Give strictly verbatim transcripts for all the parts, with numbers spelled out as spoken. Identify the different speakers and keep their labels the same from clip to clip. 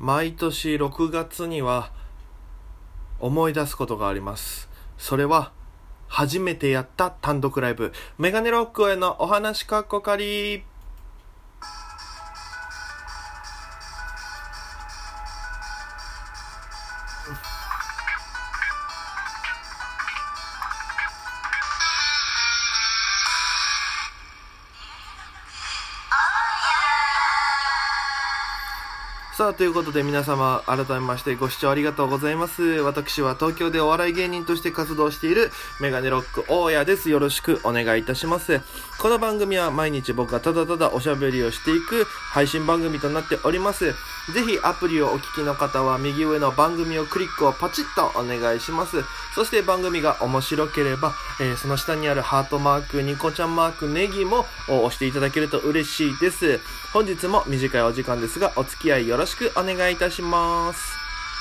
Speaker 1: 毎年ろくがつには思い出すことがあります。それは初めてやった単独ライブ、メガネロックへのお話かっこかり。さあということで皆様改めましてご視聴ありがとうございます。私は東京でお笑い芸人として活動しているメガネロック大家です。よろしくお願いいたします。この番組は毎日僕がただただおしゃべりをしていく配信番組となっております。ぜひアプリをお聞きの方は右上の番組をクリックをパチッとお願いします。そして番組が面白ければ、えー、その下にあるハートマーク、ニコちゃんマーク、ネギも押していただけると嬉しいです。本日も短いお時間ですがお付き合いよろしくお願いいたします。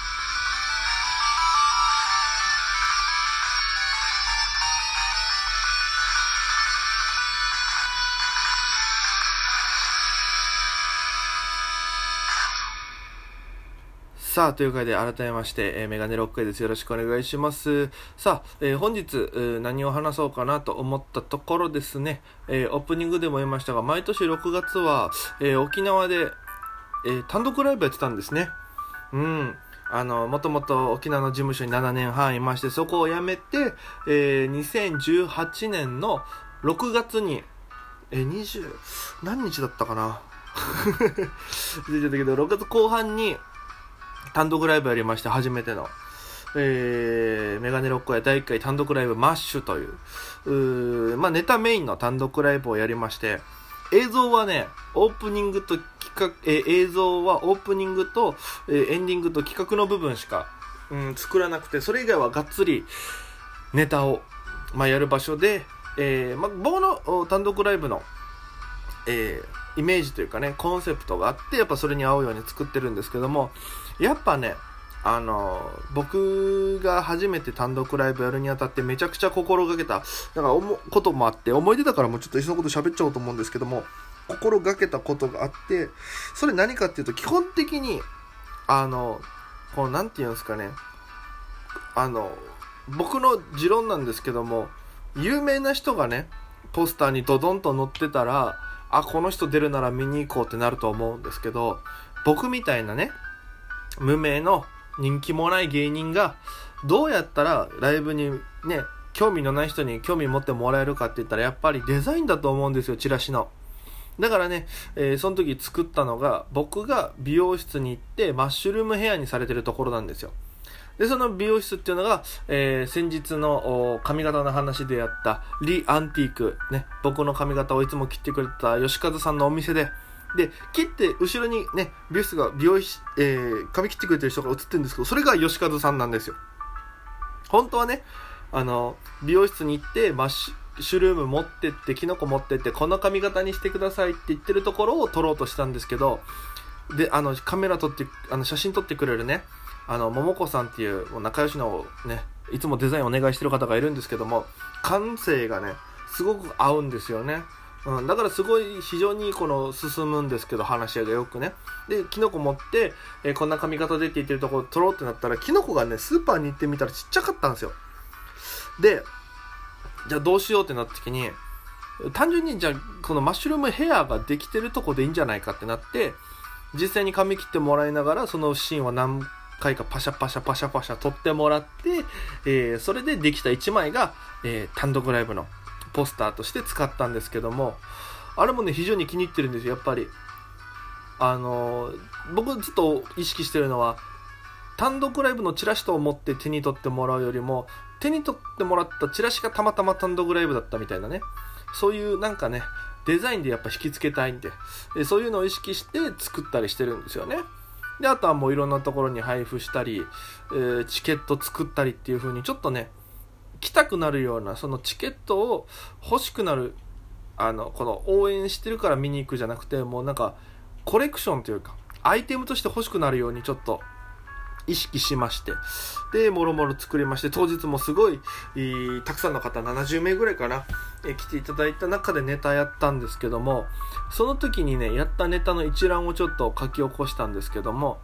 Speaker 1: さあというわけで改めまして、えー、メガネロックです。よろしくお願いします。さあ、えー、本日、えー、何を話そうかなと思ったところですね、えー、オープニングでも言いましたが毎年ろくがつは、えー、沖縄で、えー、単独ライブやってたんですね。うんあのもともと沖縄の事務所にななねんはんいまして、そこを辞めて、えー、にせんじゅうはちねんのろくがつに、えー、にじゅう何日だったかな出てたけどろくがつこう半に単独ライブやりまして、初めての、えー、メガネロックやだいいっかい単独ライブマッシュという、うーまあネタメインの単独ライブをやりまして、映像はねオープニングと企画、えー、映像はオープニングと、えー、エンディングと企画の部分しか、うん、作らなくて、それ以外はがっつりネタを、まあ、やる場所で、えーまあ、僕の単独ライブの、えー、イメージというかねコンセプトがあって、やっぱそれに合うように作ってるんですけども、やっぱねあの僕が初めて単独ライブやるにあたってめちゃくちゃ心がけたなんか思こともあって、思い出だからもうちょっといっそのこと喋っちゃおうと思うんですけども、心がけたことがあって、それ何かっていうと、基本的にあのこうなんていうんですかね、あの僕の持論なんですけども、有名な人がねポスターにドドンと載ってたら、あこの人出るなら見に行こうってなると思うんですけど、僕みたいなね無名の人気もない芸人がどうやったらライブにね興味のない人に興味持ってもらえるかって言ったら、やっぱりデザインだと思うんですよ、チラシの。だからね、えー、その時作ったのが、僕が美容室に行ってマッシュルームヘアにされてるところなんですよ。でその美容室っていうのが、えー、先日の髪型の話でやったリアンティークね、僕の髪型をいつも切ってくれた吉和さんのお店で、で切って後ろにね美容室が美容師、えー、髪切ってくれてる人が映ってるんですけど、それが吉和さんなんですよ。本当はねあの美容室に行ってマッシュルーム持ってってキノコ持ってってこの髪型にしてくださいって言ってるところを撮ろうとしたんですけど、であのカメラ撮ってあの写真撮ってくれるねあの桃子さんっていう仲良しのねいつもデザインお願いしてる方がいるんですけども、感性がねすごく合うんですよね。うん、だからすごい非常にこの進むんですけど、話し合いがよくね。でキノコ持って、えー、こんな髪型でって言ってるところ撮ろうってなったら、キノコがねスーパーに行ってみたらちっちゃかったんですよ。でじゃあどうしようってなった時に、単純にじゃあこのマッシュルームヘアができてるとこでいいんじゃないかってなって、実際に髪切ってもらいながらそのシーンは何回かパシャパシャパシャパシャ撮ってもらって、えー、それでできたいちまいが、えー、単独ライブのポスターとして使ったんですけども、あれもね非常に気に入ってるんですよ。やっぱりあのー、僕ずっと意識してるのは、単独ライブのチラシと思って手に取ってもらうよりも、手に取ってもらったチラシがたまたま単独ライブだったみたいなね、そういうなんかねデザインでやっぱ引きつけたいんで、でそういうのを意識して作ったりしてるんですよね。であとはもういろんなところに配布したり、えー、チケット作ったりっていう風にちょっとね来たくなるような、そのチケットを欲しくなる、あのこの応援してるから見に行くじゃなくて、もうなんかコレクションというかアイテムとして欲しくなるようにちょっと意識しまして、でもろもろ作りまして、当日もすごい、えー、たくさんの方ななじゅうめいぐらいかな、えー、来ていただいた中でネタやったんですけども、その時にねやったネタの一覧をちょっと書き起こしたんですけども、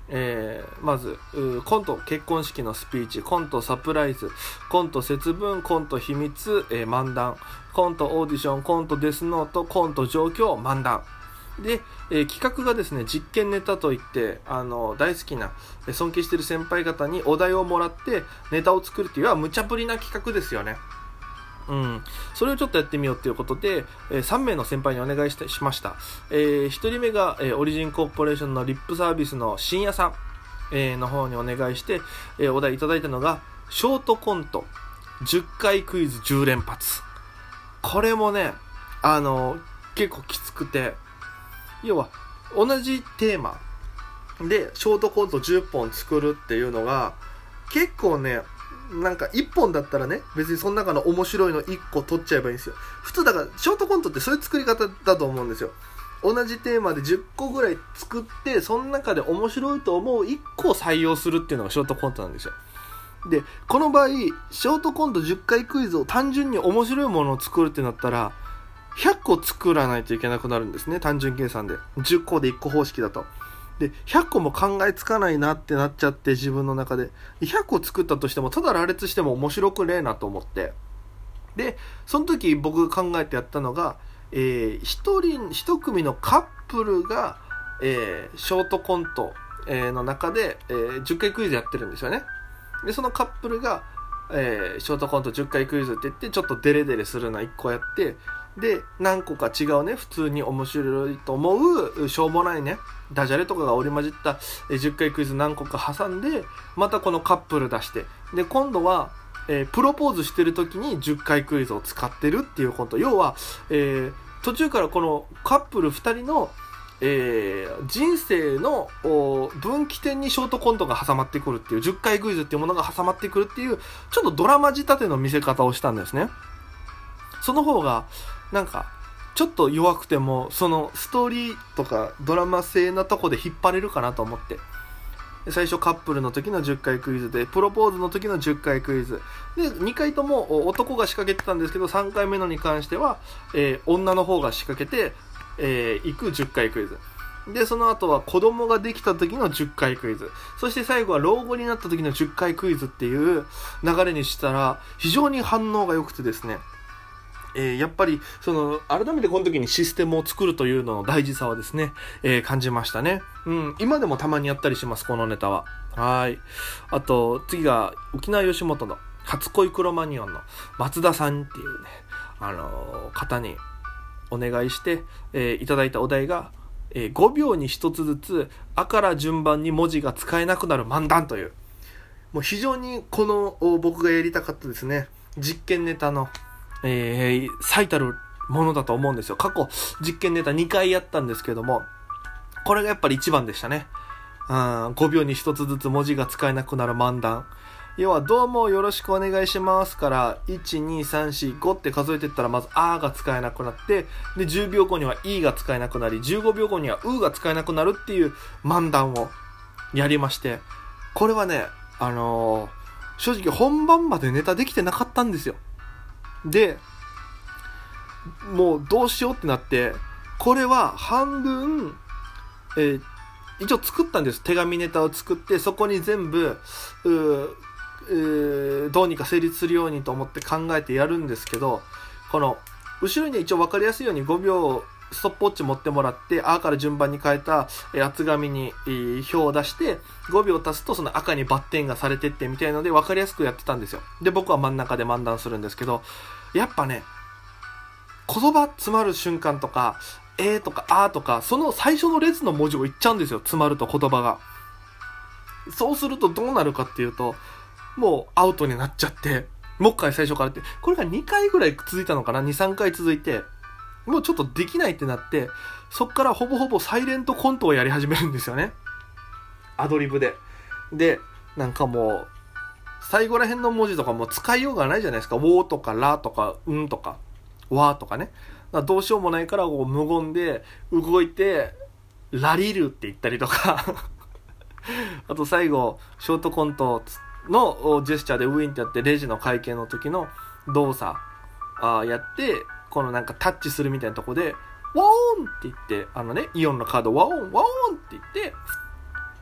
Speaker 1: えー、まずコント結婚式のスピーチ、コントサプライズ、コント節分、コント秘密、えー、漫談、コントオーディション、コントデスノート、コント状況、漫談で、えー、企画がですね、実験ネタといって、あの大好きな尊敬している先輩方にお題をもらってネタを作るというのは無茶ぶりな企画ですよね。うん、それをちょっとやってみようということで、えー、さんめいの先輩にお願いしてしました。えー、ひとりめが、えー、オリジンコーポレーションのリップサービスの深夜さん、えー、の方にお願いして、えー、お題いただいたのがショートコントじゅっかいクイズじゅうれんぱつ。これもね、あのー、結構きつくて、要は同じテーマでショートコントじゅっぽん作るっていうのが結構ね、なんかいっぽんだったらね、別にその中の面白いのいっこ取っちゃえばいいんですよ。普通だからショートコントってそういう作り方だと思うんですよ。同じテーマでじゅっこぐらい作って、その中で面白いと思ういっこを採用するっていうのがショートコントなんですよ。で、この場合ショートコントじゅっかいクイズを単純に面白いものを作るってなったらひゃっこ作らないといけなくなるんですね、単純計算で。じゅっこでいっこ方式だと。で、ひゃっこも考えつかないなってなっちゃって、自分の中でひゃっこ作ったとしてもただ羅列しても面白くねえなと思って、でその時僕が考えてやったのが、えー、一人一組のカップルが、えー、ショートコント、えー、の中で、えー、じゅっかいクイズやってるんですよね。でそのカップルが、えー、ショートコントじゅっかいクイズって言ってちょっとデレデレするのいっこやって、で何個か違うね、普通に面白いと思うしょうもないねダジャレとかが織り交じったじゅっかいクイズ何個か挟んで、またこのカップル出して、で今度は、えー、プロポーズしてる時にじゅっかいクイズを使ってるっていうコント。要は、えー、途中からこのカップルふたりの、えー、人生の分岐点にショートコントが挟まってくるっていう、じゅっかいクイズっていうものが挟まってくるっていうちょっとドラマ仕立ての見せ方をしたんですね。その方がなんかちょっと弱くてもそのストーリーとかドラマ性なとこで引っ張れるかなと思って、最初カップルの時のじゅっかいクイズで、プロポーズの時のじゅっかいクイズで、にかいとも男が仕掛けてたんですけど、さんかいめのに関しては、えー、女の方が仕掛けて、えー、行くじゅっかいクイズで、その後は子供ができた時のじゅっかいクイズ、そして最後は老後になった時のじゅっかいクイズっていう流れにしたら非常に反応が良くてですね、えー、やっぱりその改めてこの時にシステムを作るというのの大事さはですね、えー、感じましたね。うん、今でもたまにやったりします、このネタは。はい。あと次が沖縄吉本の初恋クロマニオンの松田さんっていうね、あのー、方にお願いして、えー、いただいたお題が、えー、ごびょうにひとつずつ「あ」から順番に文字が使えなくなる漫談という、もう非常にこの僕がやりたかったですね、実験ネタのえー、最たるものだと思うんですよ。過去実験ネタにかいやったんですけども、これがやっぱり一番でしたね。うん、ごびょうにひとつずつ文字が使えなくなる漫談。要はどうもよろしくお願いしますからいちにさんしごって数えていったら、まずあが使えなくなって、でじゅうびょうごにはいが使えなくなり、じゅうごびょうごにはうが使えなくなるっていう漫談をやりまして、これはね、あのー、正直本番までネタできてなかったんですよ。でもうどうしようってなって、これは半分、えー、一応作ったんです。手紙ネタを作って、そこに全部ううーどうにか成立するようにと思って考えてやるんですけど、この後ろに一応分かりやすいようにごびょうストップウォッチ持ってもらって、あから順番に変えた厚紙に表を出してごびょう足すとその赤にバッテンがされてってみたいので分かりやすくやってたんですよ。で僕は真ん中で漫談するんですけど、やっぱね、言葉詰まる瞬間とかえーとかあーとか、その最初の列の文字を言っちゃうんですよ、詰まると言葉が。そうするとどうなるかっていうと、もうアウトになっちゃって、もう一回最初からって、これがにかいぐらい続いたのかな、にさんかい続いて、もうちょっとできないってなって、そっからほぼほぼサイレントコントをやり始めるんですよね、アドリブで。でなんかもう最後ら辺の文字とかも使いようがないじゃないですか。ウォーとかラとかんとかワーとかね。だからどうしようもないからこう無言で動いてラリルって言ったりとかあと最後ショートコントのジェスチャーでウィンってやって、レジの会計の時の動作あやって、このなんかタッチするみたいなとこでワオーンって言って、あのねイオンのカードワオーンワオーンって言って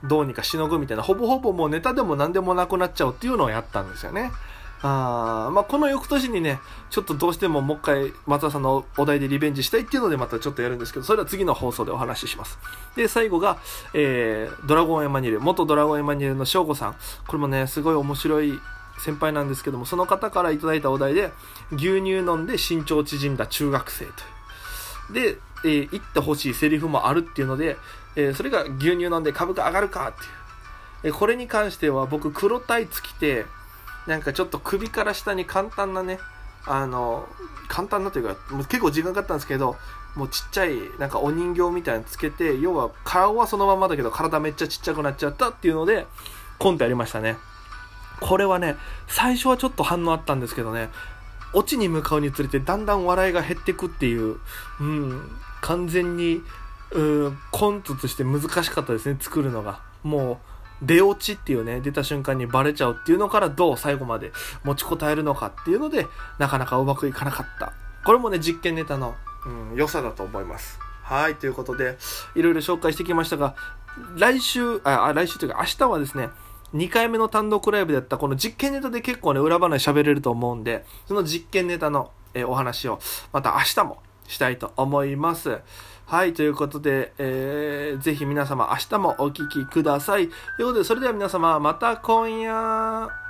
Speaker 1: どうにかしのぐみたいな、ほぼほぼもうネタでも何でもなくなっちゃうっていうのをやったんですよね。あまあ、この翌年にね、ちょっとどうしてももう一回松田さんのお題でリベンジしたいっていうのでまたちょっとやるんですけど、それは次の放送でお話しします。で、最後が、えー、ドラゴンエマニュエル、元ドラゴンエマニュエルの翔吾さん。これもね、すごい面白い先輩なんですけども、その方からいただいたお題で、牛乳飲んで身長縮んだ中学生という。で、えー、言ってほしいセリフもあるっていうので、えー、それが牛乳飲んで株価上がるかっていう。えー、これに関しては僕黒タイツ着て、なんかちょっと首から下に簡単なね、あの、簡単なというか、もう結構時間かかったんですけど、もうちっちゃい、なんかお人形みたいなのつけて、要は顔はそのままだけど体めっちゃちっちゃくなっちゃったっていうので、コントやりましたね。これはね、最初はちょっと反応あったんですけどね、オチに向かうにつれてだんだん笑いが減っていくっていう、うん、完全に、うん、コントとして難しかったですね、作るのが。もう、出落ちっていうね、出た瞬間にバレちゃうっていうのからどう最後まで持ちこたえるのかっていうので、なかなかうまくいかなかった。これもね、実験ネタの、うん、良さだと思います。はい、ということで、いろいろ紹介してきましたが、来週、あ、来週というか明日はですね、にかいめの単独ライブでやったこの実験ネタで結構ね、裏話喋れると思うんで、その実験ネタの、えー、お話をまた明日もしたいと思います。はい、ということで、えー、ぜひ皆様明日もお聞きください。ということで、それでは皆様また今夜。